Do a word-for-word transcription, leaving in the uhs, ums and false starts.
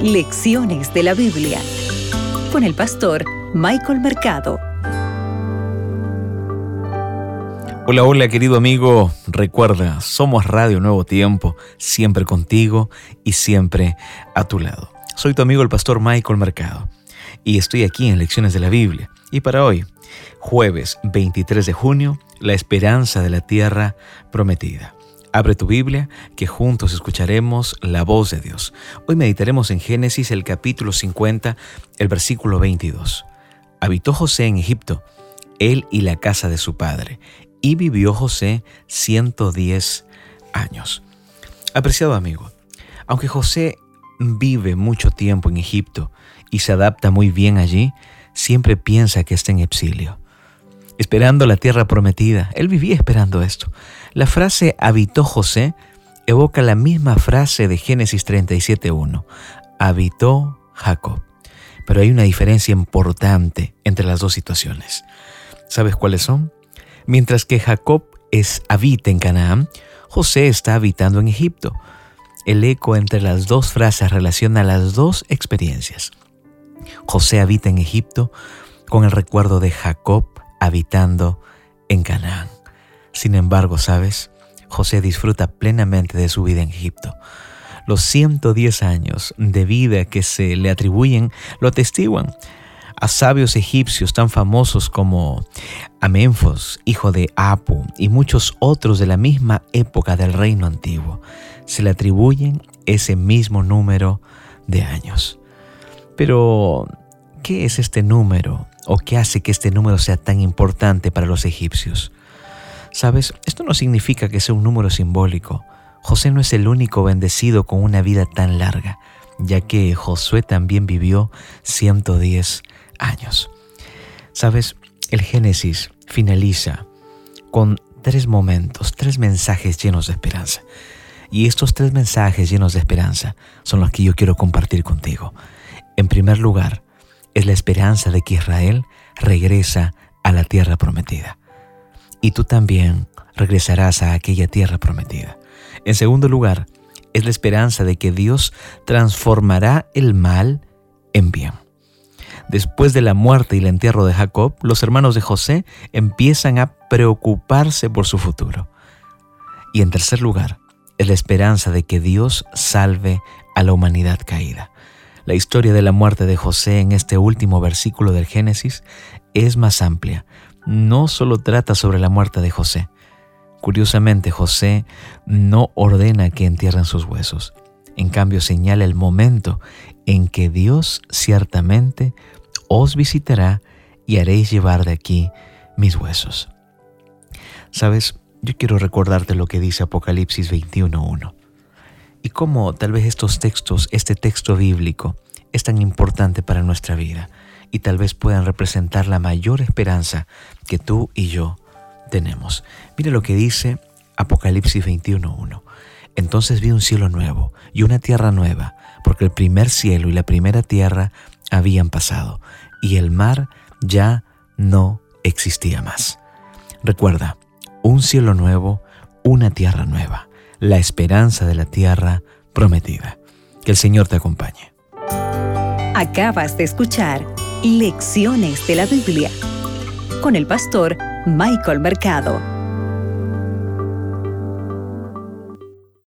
Lecciones de la Biblia con el pastor Michael Mercado. Hola, hola querido amigo, recuerda, somos Radio Nuevo Tiempo, siempre contigo y siempre a tu lado. Soy tu amigo el pastor Michael Mercado y estoy aquí en Lecciones de la Biblia. Y para hoy, jueves veintitrés de junio, la esperanza de la tierra prometida. Abre tu Biblia, que juntos escucharemos la voz de Dios. Hoy meditaremos en Génesis, el capítulo cincuenta, el versículo veintidós. Habitó José en Egipto, él y la casa de su padre, y vivió José ciento diez años. Apreciado amigo, aunque José vive mucho tiempo en Egipto y se adapta muy bien allí, siempre piensa que está en exilio, esperando la tierra prometida. Él vivía esperando esto. La frase habitó José evoca la misma frase de Génesis treinta y siete uno. Habitó Jacob. Pero hay una diferencia importante entre las dos situaciones. ¿Sabes cuáles son? Mientras que Jacob es, habita en Canaán, José está habitando en Egipto. El eco entre las dos frases relaciona las dos experiencias. José habita en Egipto con el recuerdo de Jacob habitando en Canaán. Sin embargo, ¿sabes? José disfruta plenamente de su vida en Egipto. Los ciento diez años de vida que se le atribuyen lo atestiguan. A sabios egipcios tan famosos como Amenfos, hijo de Apu, y muchos otros de la misma época del reino antiguo, se le atribuyen ese mismo número de años. Pero, ¿qué es este número? ¿O qué hace que este número sea tan importante para los egipcios? ¿Sabes? Esto no significa que sea un número simbólico. José no es el único bendecido con una vida tan larga, ya que Josué también vivió ciento diez años. ¿Sabes? El Génesis finaliza con tres momentos, tres mensajes llenos de esperanza. Y estos tres mensajes llenos de esperanza son los que yo quiero compartir contigo. En primer lugar, es la esperanza de que Israel regresa a la tierra prometida. Y tú también regresarás a aquella tierra prometida. En segundo lugar, es la esperanza de que Dios transformará el mal en bien. Después de la muerte y el entierro de Jacob, los hermanos de José empiezan a preocuparse por su futuro. Y en tercer lugar, es la esperanza de que Dios salve a la humanidad caída. La historia de la muerte de José en este último versículo del Génesis es más amplia. No solo trata sobre la muerte de José. Curiosamente, José no ordena que entierren sus huesos. En cambio, señala el momento en que Dios ciertamente os visitará y haréis llevar de aquí mis huesos. ¿Sabes? Yo quiero recordarte lo que dice Apocalipsis veintiuno uno. Y cómo tal vez estos textos, este texto bíblico, es tan importante para nuestra vida y tal vez puedan representar la mayor esperanza que tú y yo tenemos. Mira lo que dice Apocalipsis veintiuno uno. Entonces vi un cielo nuevo y una tierra nueva, porque el primer cielo y la primera tierra habían pasado y el mar ya no existía más. Recuerda, un cielo nuevo, una tierra nueva, la esperanza de la tierra prometida. Que el Señor te acompañe. Acabas de escuchar Lecciones de la Biblia con el pastor Michael Mercado.